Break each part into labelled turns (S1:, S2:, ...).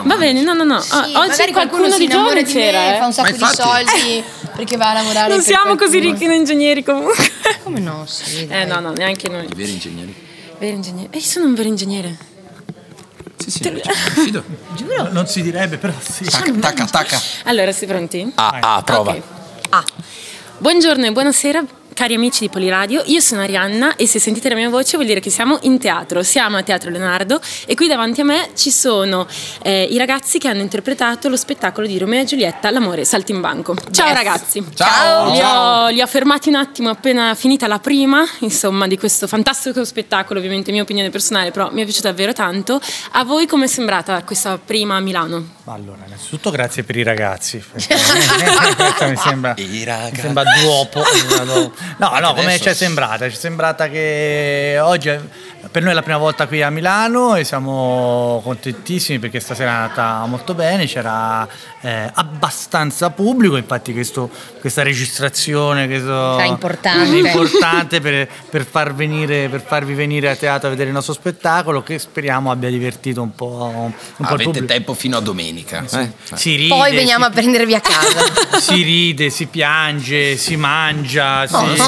S1: Va bene, no.
S2: Sì,
S1: Oggi
S2: magari
S1: qualcuno di giovane c'era.
S2: fa un sacco di soldi perché va a lavorare.
S1: Non
S2: per
S1: siamo così
S2: qualcuno.
S1: ricchi in ingegneri comunque.
S2: Come no? Sì, dai.
S1: No, neanche noi.
S3: I veri ingegneri.
S1: Vero ingegnere. Io sono un vero ingegnere.
S3: Sì, mi fido.
S2: Giuro.
S4: Non si direbbe, però sì.
S3: Tacca.
S1: Allora, sei pronti?
S3: Prova.
S1: Ok. Buongiorno e buonasera cari amici di Poliradio, io sono Arianna e se sentite la mia voce vuol dire che siamo in teatro, siamo a Teatro Leonardo e qui davanti a me ci sono i ragazzi che hanno interpretato lo spettacolo di Romeo e Giulietta, L'amore saltimbanco. Ciao ragazzi!
S3: Ciao!
S1: Li ho fermati un attimo appena finita la prima, insomma, di questo fantastico spettacolo, ovviamente mia opinione personale, però mi è piaciuta davvero tanto. A voi com'è sembrata questa prima a Milano?
S4: Allora, innanzitutto grazie per i ragazzi. Questa mi sembra duopo. No, come ci è sembrata? Ci è sembrata che oggi per noi è la prima volta qui a Milano e siamo contentissimi perché stasera è andata molto bene, c'era abbastanza pubblico, infatti questa registrazione è importante per farvi venire a teatro a vedere il nostro spettacolo, che speriamo abbia divertito un po' il pubblico.
S3: Avete tempo fino a domenica.
S4: Si ride,
S2: poi veniamo a prendervi a casa.
S4: Si ride, si piange, si mangia,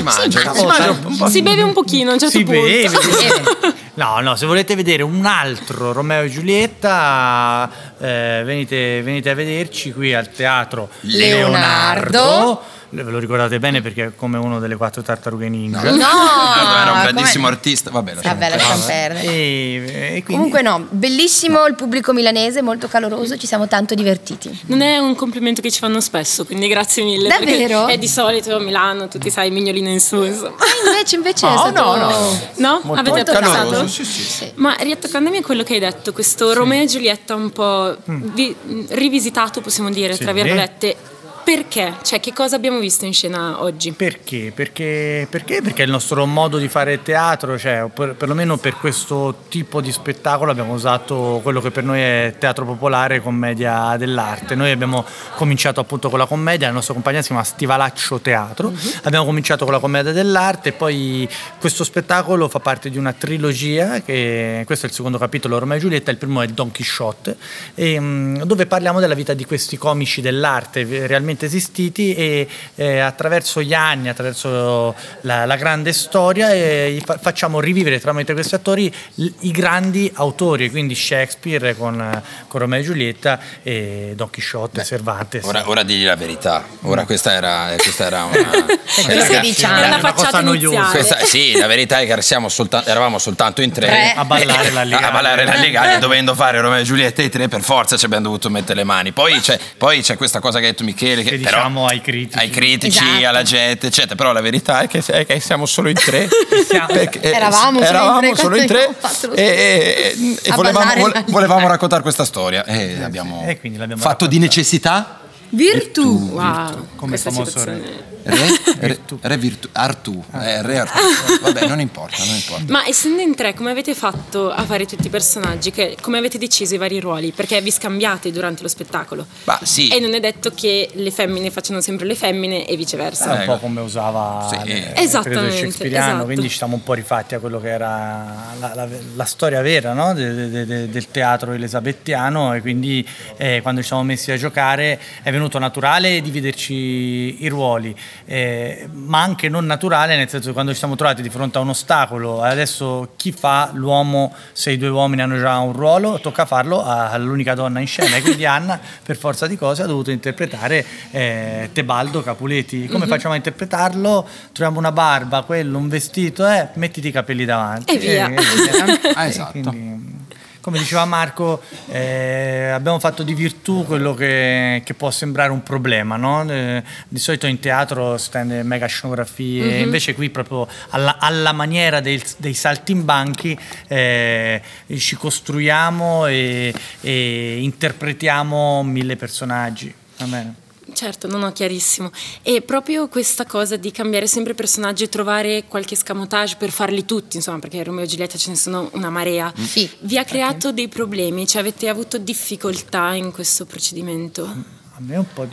S1: Si beve un pochino a un certo punto.
S4: Beve. No, se volete vedere un altro Romeo e Giulietta, venite a vederci qui al Teatro Leonardo. Ve lo ricordate bene perché è come uno delle 4 tartarughe ninja.
S2: No,
S3: era un grandissimo artista. Vabbè, lasciamo
S2: perdere.
S4: E quindi...
S2: Comunque no, bellissimo il pubblico milanese, molto caloroso, ci siamo tanto divertiti.
S1: Non è un complimento che ci fanno spesso, quindi grazie mille.
S2: Davvero?
S1: È di solito a Milano, tutti sai, mignolino in su, insomma.
S2: Invece è stato...
S1: No? Avete
S3: molto
S1: apprezzato?
S3: caloroso, sì.
S1: Ma riattaccandomi a quello che hai detto, questo Romeo e Giulietta un po' rivisitato, possiamo dire, tra virgolette. Perché? Cioè, che cosa abbiamo visto in scena oggi?
S4: Perché? Perché il nostro modo di fare teatro, cioè perlomeno per questo tipo di spettacolo abbiamo usato quello che per noi è teatro popolare, commedia dell'arte. Noi abbiamo cominciato appunto con la commedia, la nostra compagnia si chiama Stivalaccio Teatro, abbiamo cominciato con la commedia dell'arte e poi questo spettacolo fa parte di una trilogia, che questo è il secondo capitolo, Romeo e Giulietta, il primo è Don Chisciotte, dove parliamo della vita di questi comici dell'arte realmente esistiti e attraverso gli anni, attraverso la grande storia facciamo rivivere tramite questi attori i grandi autori, quindi Shakespeare con Romeo e Giulietta e Don Chisciotte, Cervantes.
S3: Ora digli la verità. Ora questa era
S1: una facciata iniziale.
S3: Sì, la verità è che eravamo soltanto in tre
S4: a ballare la
S3: Legale, dovendo fare Romeo e Giulietta i tre, per forza ci abbiamo dovuto mettere le mani. Poi c'è questa cosa che ha detto Michele, che
S4: diciamo
S3: però,
S4: ai critici,
S3: esatto, alla gente, eccetera. Però la verità è che siamo solo in tre.
S2: Eravamo
S3: solo in tre e volevamo raccontare questa storia e l'abbiamo fatto di necessità
S1: virtù. Wow,
S4: come il famoso
S3: Re Virtù. Re Artù. Vabbè, non importa.
S1: Ma essendo in tre, come avete fatto a fare tutti i personaggi? Come avete deciso i vari ruoli? Perché vi scambiate durante lo spettacolo.
S3: Sì.
S1: E non è detto che le femmine facciano sempre le femmine e viceversa.
S4: È un po' come usava
S1: esattamente,
S4: shakespeariano,
S1: esatto.
S4: Quindi ci siamo un po' rifatti a quello che era la storia vera, no? del teatro elisabettiano, e quindi quando ci siamo messi a giocare è venuto naturale dividerci i ruoli. Ma anche non naturale, nel senso che quando ci siamo trovati di fronte a un ostacolo, adesso chi fa l'uomo se i due uomini hanno già un ruolo, tocca farlo all'unica donna in scena, e quindi Anna per forza di cose ha dovuto interpretare Tebaldo Capuleti. Come facciamo a interpretarlo? Troviamo una barba, quello, un vestito, mettiti i capelli davanti
S1: e via.
S3: Esatto.
S4: Quindi, come diceva Marco, abbiamo fatto di virtù quello che può sembrare un problema, no? Di solito in teatro si tende mega scenografie, invece qui proprio alla maniera dei saltimbanchi ci costruiamo e interpretiamo 1000 personaggi. Va bene?
S1: Certo, non ho chiarissimo. E proprio questa cosa di cambiare sempre personaggi e trovare qualche escamotage per farli tutti, insomma, perché Romeo e Giulietta ce ne sono una marea,
S2: sì,
S1: vi ha creato dei problemi? Cioè, avete avuto difficoltà in questo procedimento?
S4: A me un po' di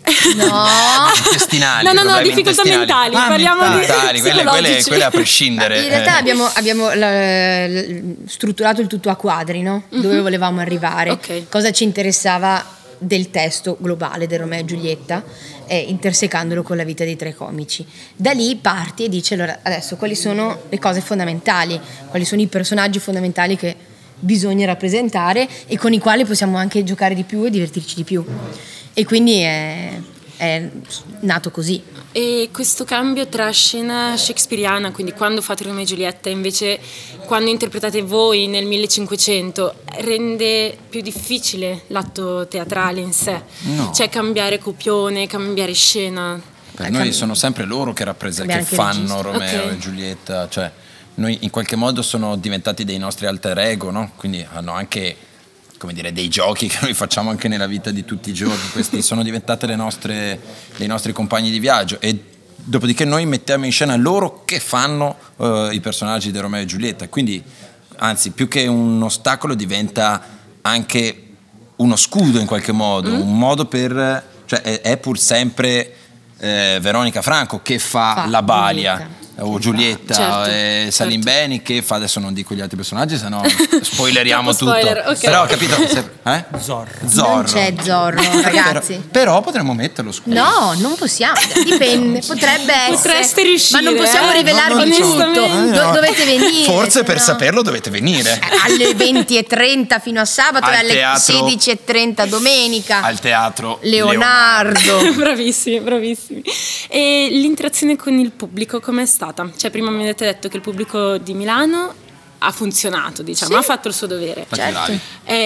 S2: No.
S3: Intestinali.
S1: No, difficoltà mentali. Parliamo di
S3: quelle a prescindere.
S2: In realtà abbiamo strutturato il tutto a quadri, no? Dove volevamo arrivare,
S1: Ok.
S2: cosa ci interessava del testo globale del Romeo e Giulietta, intersecandolo con la vita dei tre comici. Da lì parti e dici: allora, adesso quali sono le cose fondamentali, quali sono i personaggi fondamentali che bisogna rappresentare e con i quali possiamo anche giocare di più e divertirci di più. E quindi è nato così.
S1: E questo cambio tra scena shakespeariana, quindi quando fate Romeo e Giulietta, invece quando interpretate voi nel 1500, rende più difficile l'atto teatrale in sé?
S3: No.
S1: Cioè cambiare copione, cambiare scena?
S3: Per noi sono sempre loro che fanno Romeo e Giulietta, cioè noi in qualche modo sono diventati dei nostri alter ego, no? Quindi hanno anche, come dire, dei giochi che noi facciamo anche nella vita di tutti i giorni. Questi sono diventate dei nostri compagni di viaggio, e dopodiché noi mettiamo in scena loro che fanno i personaggi di Romeo e Giulietta. Quindi, anzi, più che un ostacolo diventa anche uno scudo in qualche modo, un modo per, cioè è pur sempre Veronica Franco che fa la Balia o Giulietta,
S1: certo.
S3: Salimbeni che fa, adesso non dico gli altri personaggi, sennò spoileriamo tutto.
S1: Spoiler, okay.
S3: Però capito?
S4: Zorro.
S2: Non c'è Zorro, ragazzi.
S3: Però potremmo metterlo, scusa.
S2: No, non possiamo, dipende, potrebbe essere.
S1: Potreste riuscire,
S2: ma non possiamo rivelarvi tutto. Dovete venire.
S3: Forse per
S2: no.
S3: saperlo dovete venire.
S2: Alle 20:30 fino a sabato e alle
S3: teatro,
S2: 16:30 domenica.
S3: Al teatro
S2: Leonardo.
S1: Bravissimi. E l'interazione con il pubblico com'è stata? Cioè, prima mi avete detto che il pubblico di Milano ha funzionato, diciamo,
S2: Sì.
S1: ha fatto il suo dovere.
S2: Certo.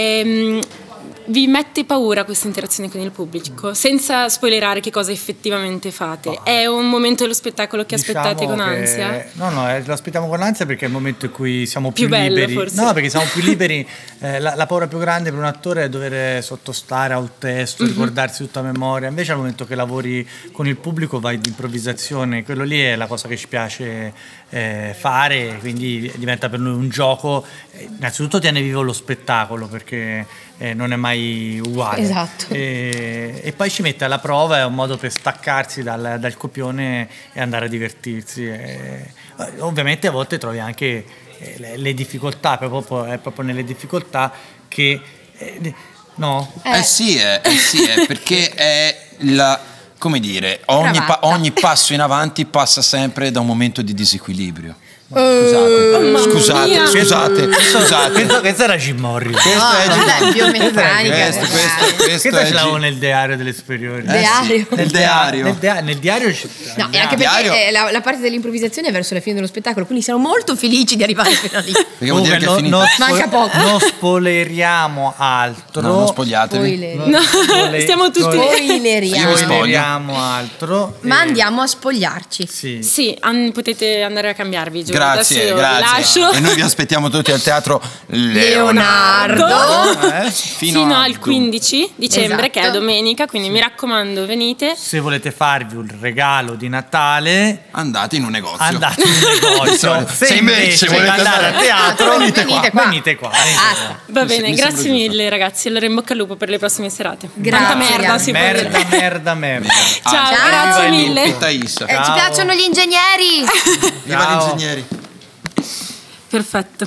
S1: Vi mette paura questa interazione con il pubblico? Senza spoilerare che cosa effettivamente fate. È un momento dello spettacolo che aspettate con ansia?
S4: No, lo aspettiamo con ansia perché è il momento in cui siamo più
S1: Più bello,
S4: liberi.
S1: forse.
S4: No, perché siamo più liberi. La paura più grande per un attore è dover sottostare a un testo, ricordarsi tutta a memoria. Invece al momento che lavori con il pubblico vai di improvvisazione. Quello lì è la cosa che ci piace fare, quindi diventa per noi un gioco. Innanzitutto tiene vivo lo spettacolo perché non è mai uguale.
S2: Esatto.
S4: E poi ci mette alla prova, è un modo per staccarsi dal copione e andare a divertirsi. Ovviamente a volte trovi anche le difficoltà, è proprio nelle difficoltà che no?
S3: Sì, perché è la, come dire, ogni passo in avanti passa sempre da un momento di disequilibrio. Scusate.
S4: Questo era Jim Morrison.
S2: Questa è biomeccanica.
S4: Questo ce l'avevo nel diario delle superiori.
S3: Nel diario.
S4: Nel diario
S2: No, e anche perché la parte dell'improvvisazione è verso la fine dello spettacolo, quindi siamo molto felici di arrivare fino a lì.
S3: Perché vuol dire che è finito.
S2: Manca poco.
S4: Non spoileriamo altro.
S3: No, non spogliatevi.
S1: No, stiamo tutti
S4: Spoileriamo altro.
S2: Ma andiamo a spogliarci.
S1: Sì, potete andare a cambiarvi, giuro.
S3: Grazie.
S1: Adesso io vi lascio.
S3: E noi vi aspettiamo tutti al teatro
S2: Leonardo.
S1: Fino al 15 dicembre,
S2: Esatto.
S1: che è domenica, quindi mi raccomando, venite.
S4: Se volete farvi un regalo di Natale,
S3: andate in un negozio.
S4: andate in un negozio. Se invece volete andare a teatro, venite qua.
S1: Va bene,
S3: mi
S1: grazie
S3: sembra
S1: mille ragazzi, allora in bocca al lupo per le prossime serate.
S2: Grazie.
S1: Tanta merda si può dire.
S4: Merda.
S1: Ciao,
S2: Ciao.
S1: grazie mille.
S3: E Thais.
S2: Ci piacciono gli ingegneri.
S3: Viva gli ingegneri.
S1: Perfetto.